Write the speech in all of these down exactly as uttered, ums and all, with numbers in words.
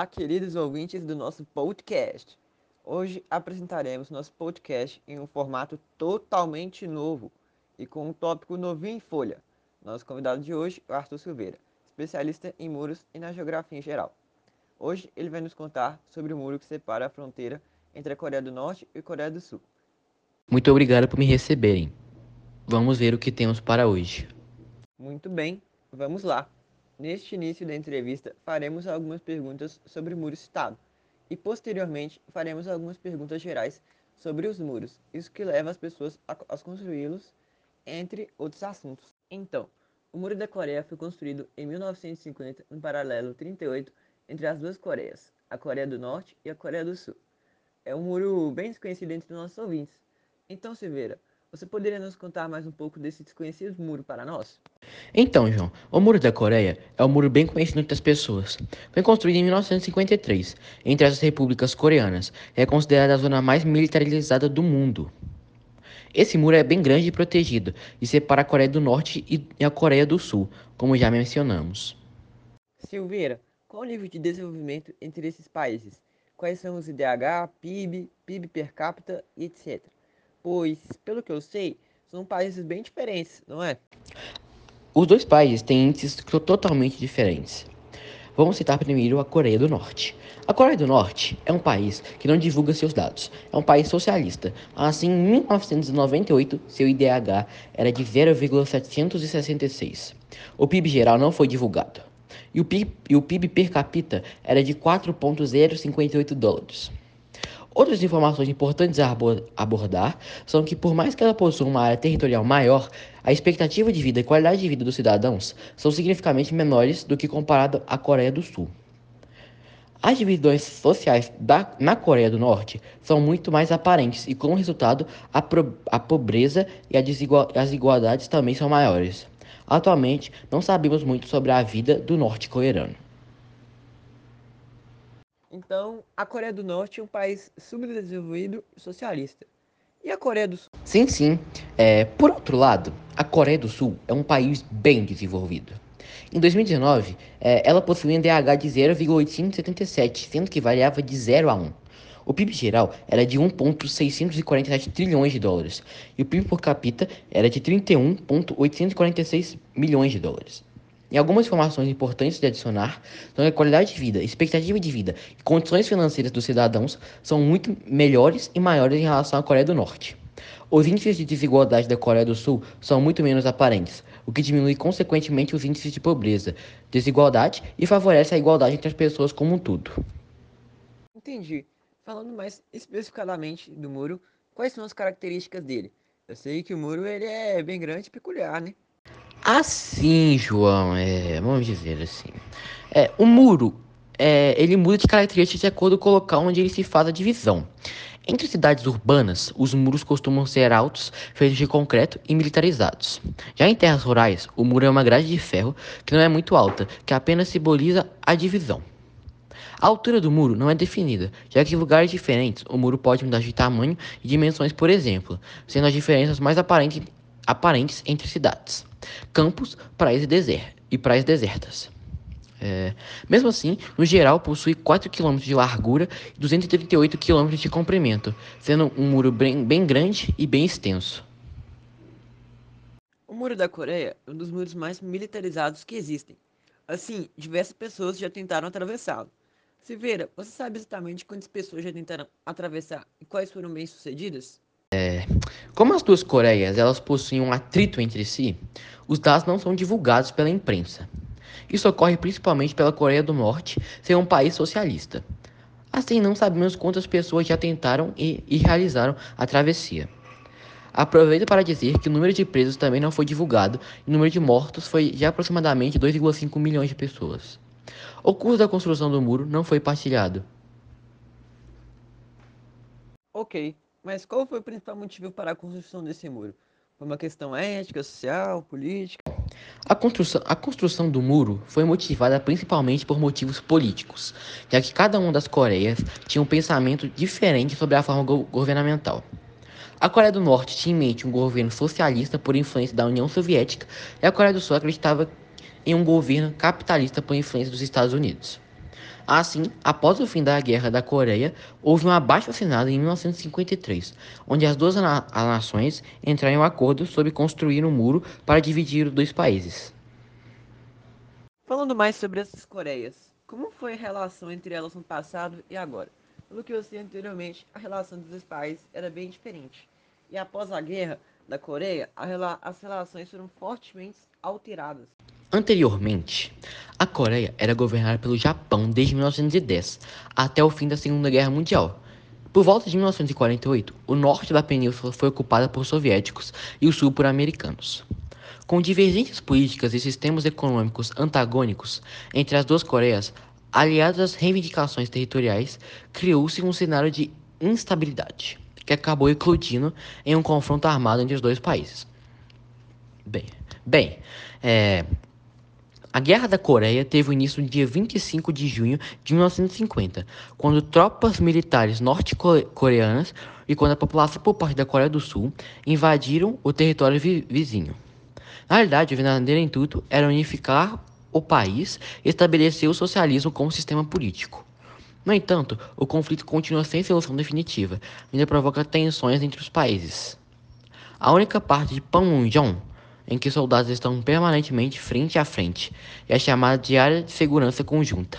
Olá, queridos ouvintes do nosso podcast. Hoje apresentaremos nosso podcast em um formato totalmente novo e com um tópico novinho em folha. Nosso convidado de hoje é o Arthur Silveira, especialista em muros e na geografia em geral. Hoje ele vai nos contar sobre o muro que separa a fronteira entre a Coreia do Norte e a Coreia do Sul. Muito obrigado por me receberem. Vamos ver o que temos para hoje. Muito bem, vamos lá. Neste início da entrevista, faremos algumas perguntas sobre o muro citado e, posteriormente, faremos algumas perguntas gerais sobre os muros, isso que leva as pessoas a, a construí-los, entre outros assuntos. Então, o Muro da Coreia foi construído em mil novecentos e cinquenta, no paralelo trinta e oito, entre as duas Coreias, a Coreia do Norte e a Coreia do Sul. É um muro bem desconhecido entre nossos ouvintes. Então, Silveira, você poderia nos contar mais um pouco desse desconhecido muro para nós? Então, João, o Muro da Coreia é um muro bem conhecido entre as pessoas. Foi construído em mil novecentos e cinquenta e três, entre as repúblicas coreanas. É considerada a zona mais militarizada do mundo. Esse muro é bem grande e protegido, e separa a Coreia do Norte e a Coreia do Sul, como já mencionamos. Silveira, qual o nível de desenvolvimento entre esses países? Quais são os I D H, P I B, P I B per capita e etcétera? Pois, pelo que eu sei, são países bem diferentes, não é? Os dois países têm índices totalmente diferentes. Vamos citar primeiro a Coreia do Norte. A Coreia do Norte é um país que não divulga seus dados. É um país socialista. Assim, em mil novecentos e noventa e oito, seu I D H era de zero vírgula setecentos e sessenta e seis. O P I B geral não foi divulgado. E o P I B, e o P I B per capita era de quatro vírgula zero cinquenta e oito dólares. Outras informações importantes a abordar são que, por mais que ela possua uma área territorial maior, a expectativa de vida e qualidade de vida dos cidadãos são significativamente menores do que comparado à Coreia do Sul. As divisões sociais da, na Coreia do Norte são muito mais aparentes e, como resultado, a, pro, a pobreza e a desigual, as desigualdades também são maiores. Atualmente, não sabemos muito sobre a vida do norte-coreano. Então, a Coreia do Norte é um país subdesenvolvido e socialista. E a Coreia do Sul? Sim, sim. É, por outro lado, a Coreia do Sul é um país bem desenvolvido. Em dois mil e dezenove, é, ela possuía um I D H de zero vírgula oitocentos e setenta e sete, sendo que variava de zero a um. O P I B geral era de um vírgula seiscentos e quarenta e sete trilhões de dólares e o P I B por capita era de trinta e um vírgula oitocentos e quarenta e seis milhões de dólares. E algumas informações importantes de adicionar são que a qualidade de vida, expectativa de vida e condições financeiras dos cidadãos são muito melhores e maiores em relação à Coreia do Norte. Os índices de desigualdade da Coreia do Sul são muito menos aparentes, o que diminui consequentemente os índices de pobreza, desigualdade e favorece a igualdade entre as pessoas como um todo. Entendi. Falando mais especificadamente do muro, quais são as características dele? Eu sei que o muro ele é bem grande e peculiar, né? Assim, João, é, vamos dizer assim, é, o muro, é, ele muda de características de acordo com o local onde ele se faz a divisão. Entre cidades urbanas, os muros costumam ser altos, feitos de concreto e militarizados. Já em terras rurais, o muro é uma grade de ferro que não é muito alta, que apenas simboliza a divisão. A altura do muro não é definida, já que em lugares diferentes o muro pode mudar de tamanho e dimensões, por exemplo, sendo as diferenças mais aparentes, aparentes entre cidades, campos, praias e, deser e praias desertas. É, mesmo assim, no geral, possui quatro quilômetros de largura e duzentos e trinta e oito quilômetros de comprimento, sendo um muro bem, bem grande e bem extenso. O Muro da Coreia é um dos muros mais militarizados que existem. Assim, diversas pessoas já tentaram atravessá-lo. Silveira, você sabe exatamente quantas pessoas já tentaram atravessar e quais foram bem-sucedidas? Como as duas Coreias elas possuem um atrito entre si, os dados não são divulgados pela imprensa. Isso ocorre principalmente pela Coreia do Norte ser um país socialista. Assim, não sabemos quantas pessoas já tentaram e, e realizaram a travessia. Aproveito para dizer que o número de presos também não foi divulgado e o número de mortos foi de aproximadamente dois vírgula cinco milhões de pessoas. O custo da construção do muro não foi partilhado. Ok, mas qual foi o principal motivo para a construção desse muro? Foi uma questão ética, social, política? A construção, a construção do muro foi motivada principalmente por motivos políticos, já que cada uma das Coreias tinha um pensamento diferente sobre a forma go- governamental. A Coreia do Norte tinha em mente um governo socialista por influência da União Soviética e a Coreia do Sul acreditava em um governo capitalista por influência dos Estados Unidos. Assim, após o fim da Guerra da Coreia, houve um abaixo-assinado em mil novecentos e cinquenta e três, onde as duas na- as nações entraram em um acordo sobre construir um muro para dividir os dois países. Falando mais sobre essas Coreias, como foi a relação entre elas no passado e agora? Pelo que eu sei anteriormente, a relação dos dois países era bem diferente. E após a guerra da Coreia, a rela- as relações foram fortemente alteradas. Anteriormente, a Coreia era governada pelo Japão desde mil novecentos e dez até o fim da Segunda Guerra Mundial. Por volta de mil novecentos e quarenta e oito, o norte da península foi ocupada por soviéticos e o sul por americanos. Com divergências políticas e sistemas econômicos antagônicos entre as duas Coreias, aliados às reivindicações territoriais, criou-se um cenário de instabilidade, que acabou eclodindo em um confronto armado entre os dois países. Bem, bem, é, a Guerra da Coreia teve início no dia vinte e cinco de junho de mil novecentos e cinquenta, quando tropas militares norte-coreanas e quando a população por parte da Coreia do Sul invadiram o território vi vizinho. Na realidade, o verdadeiro intuito era unificar o país e estabelecer o socialismo como sistema político. No entanto, o conflito continua sem solução definitiva e ainda provoca tensões entre os países. A única parte de Panmunjom em que soldados estão permanentemente frente a frente é a chamada de Área de Segurança Conjunta.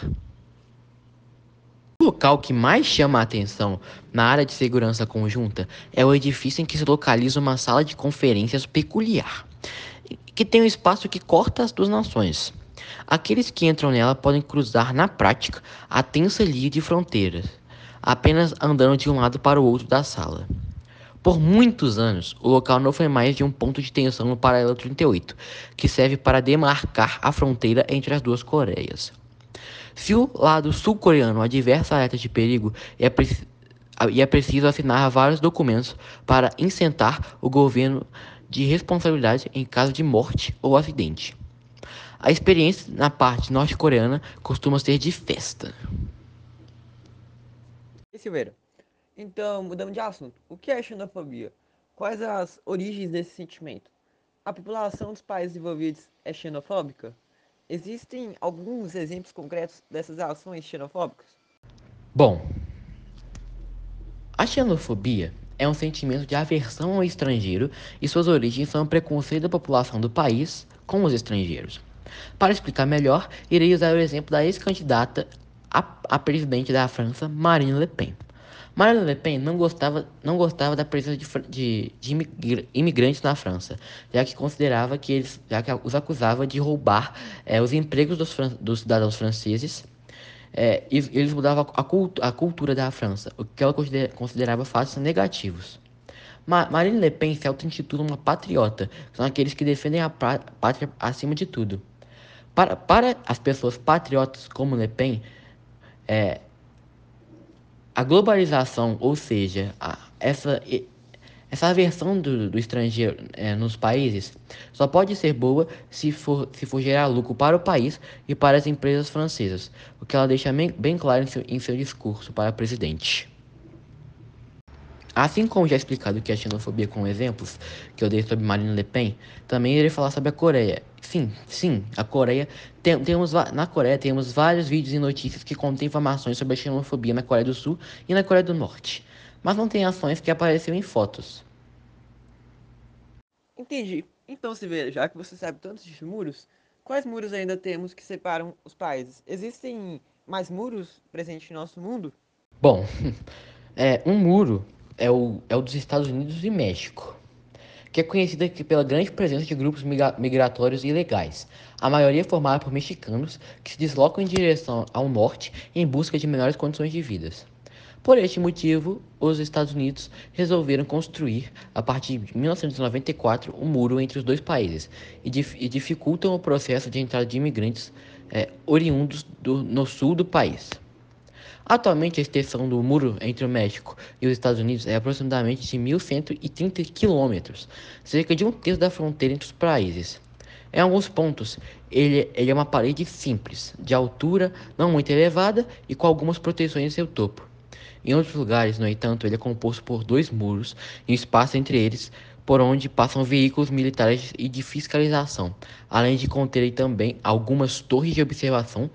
O local que mais chama a atenção na área de segurança conjunta é o edifício em que se localiza uma sala de conferências peculiar, que tem um espaço que corta as duas nações. Aqueles que entram nela podem cruzar na prática a tensa linha de fronteiras, apenas andando de um lado para o outro da sala. Por muitos anos, o local não foi mais de um ponto de tensão no paralelo trinta e oito, que serve para demarcar a fronteira entre as duas Coreias. Se o lado sul-coreano adversa alertas de perigo, é, preci e é preciso assinar vários documentos para isentar o governo de responsabilidade em caso de morte ou acidente. A experiência na parte norte-coreana costuma ser de festa. E Silveira, então, mudando de assunto, o que é xenofobia? Quais as origens desse sentimento? A população dos países envolvidos é xenofóbica? Existem alguns exemplos concretos dessas ações xenofóbicas? Bom, a xenofobia é um sentimento de aversão ao estrangeiro e suas origens são o preconceito da população do país com os estrangeiros. Para explicar melhor, irei usar o exemplo da ex-candidata a, a presidente da França, Marine Le Pen. Marine Le Pen não gostava, não gostava da presença de, de, de imigra, imigrantes na França, já que considerava que eles, já que os acusava de roubar é, os empregos dos, dos cidadãos franceses. É, e eles mudavam a, cult a, cultura da França, o que ela considerava fatos negativos. Ma Marine Le Pen se auto-intitula uma patriota, são aqueles que defendem a pátria acima de tudo. Para, para as pessoas patriotas como Le Pen, a globalização, ou seja, a, essa, essa aversão do, do estrangeiro é, nos países, só pode ser boa se for, se for gerar lucro para o país e para as empresas francesas, o que ela deixa bem, bem claro em seu, em seu discurso para presidente. Assim como já explicado o que é xenofobia com exemplos que eu dei sobre Marine Le Pen, também irei falar sobre a Coreia. Sim, sim, a Coreia. Tem, temos, na Coreia temos vários vídeos e notícias que contêm informações sobre a xenofobia na Coreia do Sul e na Coreia do Norte, mas não tem ações que apareceram em fotos. Entendi. Então, Silveira, já que você sabe tantos de muros, quais muros ainda temos que separam os países? Existem mais muros presentes no nosso mundo? Bom, é, um muro é o, é o dos Estados Unidos e México, que é conhecida aqui pela grande presença de grupos migra migratórios ilegais, a maioria formada por mexicanos que se deslocam em direção ao norte em busca de melhores condições de vida. Por este motivo, os Estados Unidos resolveram construir, a partir de mil novecentos e noventa e quatro, um muro entre os dois países e, dif e dificultam o processo de entrada de imigrantes é, oriundos do, no sul do país. Atualmente, a extensão do muro entre o México e os Estados Unidos é aproximadamente de mil cento e trinta quilômetros, cerca de um terço da fronteira entre os países. Em alguns pontos, ele, ele é uma parede simples, de altura não muito elevada e com algumas proteções em seu topo. Em outros lugares, no entanto, ele é composto por dois muros e um espaço entre eles por onde passam veículos militares e de fiscalização, além de conter também algumas torres de observação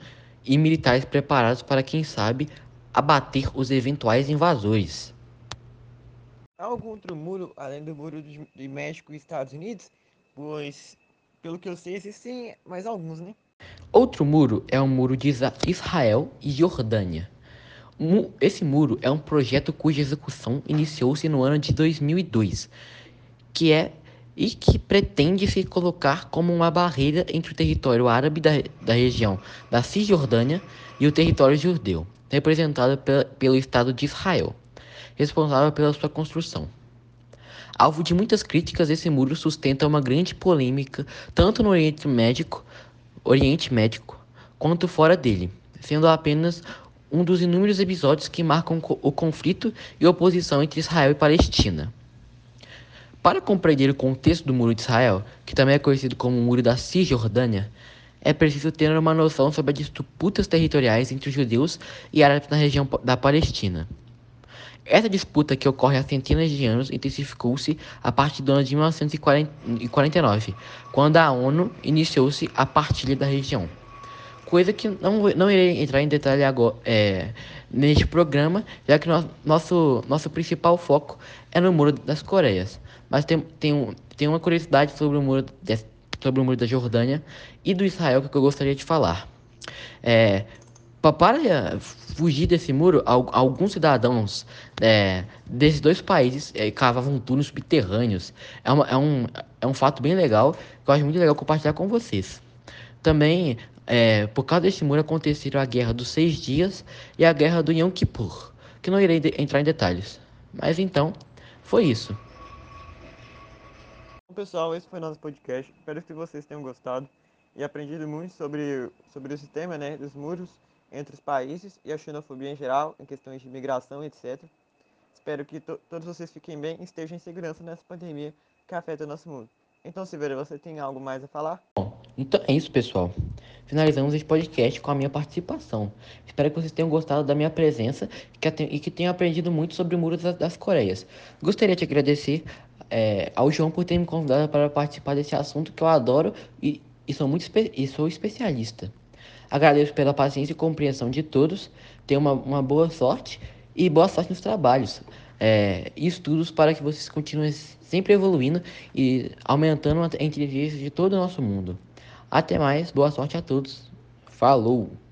e militares preparados para, quem sabe, abater os eventuais invasores. Há algum outro muro além do muro de de México e Estados Unidos? Pois, pelo que eu sei, existem mais alguns, né? Outro muro é o muro de Isa- Israel e Jordânia. Mu- Esse muro é um projeto cuja execução iniciou-se no ano de dois mil e dois, que é e que pretende se colocar como uma barreira entre o território árabe da, da região da Cisjordânia e o território judeu, representado pela- pelo Estado de Israel, responsável pela sua construção. Alvo de muitas críticas, esse muro sustenta uma grande polêmica tanto no Oriente Médico, Oriente Médico quanto fora dele, sendo apenas um dos inúmeros episódios que marcam co- o conflito e oposição entre Israel e Palestina. Para compreender o contexto do Muro de Israel, que também é conhecido como Muro da Cisjordânia, é preciso ter uma noção sobre as disputas territoriais entre os judeus e árabes na região pa- da Palestina. Essa disputa, que ocorre há centenas de anos, intensificou-se a partir do ano de mil novecentos e quarenta e nove, quando a ONU iniciou-se a partilha da região. Coisa que não, não irei entrar em detalhe agora, é, neste programa, já que no- nosso, nosso principal foco é no Muro das Coreias. Mas tem, tem, um, tem uma curiosidade sobre o muro, de- sobre o muro da Jordânia e do Israel que eu gostaria de falar. É, pa- para eh, fugir desse muro, al- alguns cidadãos é, desses dois países é, cavavam túneis subterrâneos. É, uma- é um, é um fato bem legal, que eu acho muito legal compartilhar com vocês. Também, é, por causa desse muro, aconteceram a Guerra dos Seis Dias e a Guerra do Yom Kippur, que não irei de- entrar em detalhes. Mas então, foi isso. Bom, pessoal, esse foi nosso podcast. Espero que vocês tenham gostado e aprendido muito sobre, sobre esse tema, né, dos muros entre os países e a xenofobia em geral, em questões de migração, etcétera. Espero que to todos vocês fiquem bem e estejam em segurança nessa pandemia que afeta o nosso mundo. Então, Silveira, você tem algo mais a falar? Então é isso, pessoal. Finalizamos esse podcast com a minha participação. Espero que vocês tenham gostado da minha presença que aten- e que tenham aprendido muito sobre o Muro das, das Coreias. Gostaria de agradecer é, ao João por ter me convidado para participar desse assunto que eu adoro e, e sou muito espe- e sou especialista. Agradeço pela paciência e compreensão de todos. Tenham uma, uma boa sorte e boa sorte nos trabalhos é, e estudos para que vocês continuem sempre evoluindo e aumentando a inteligência de todo o nosso mundo. Até mais, boa sorte a todos. Falou!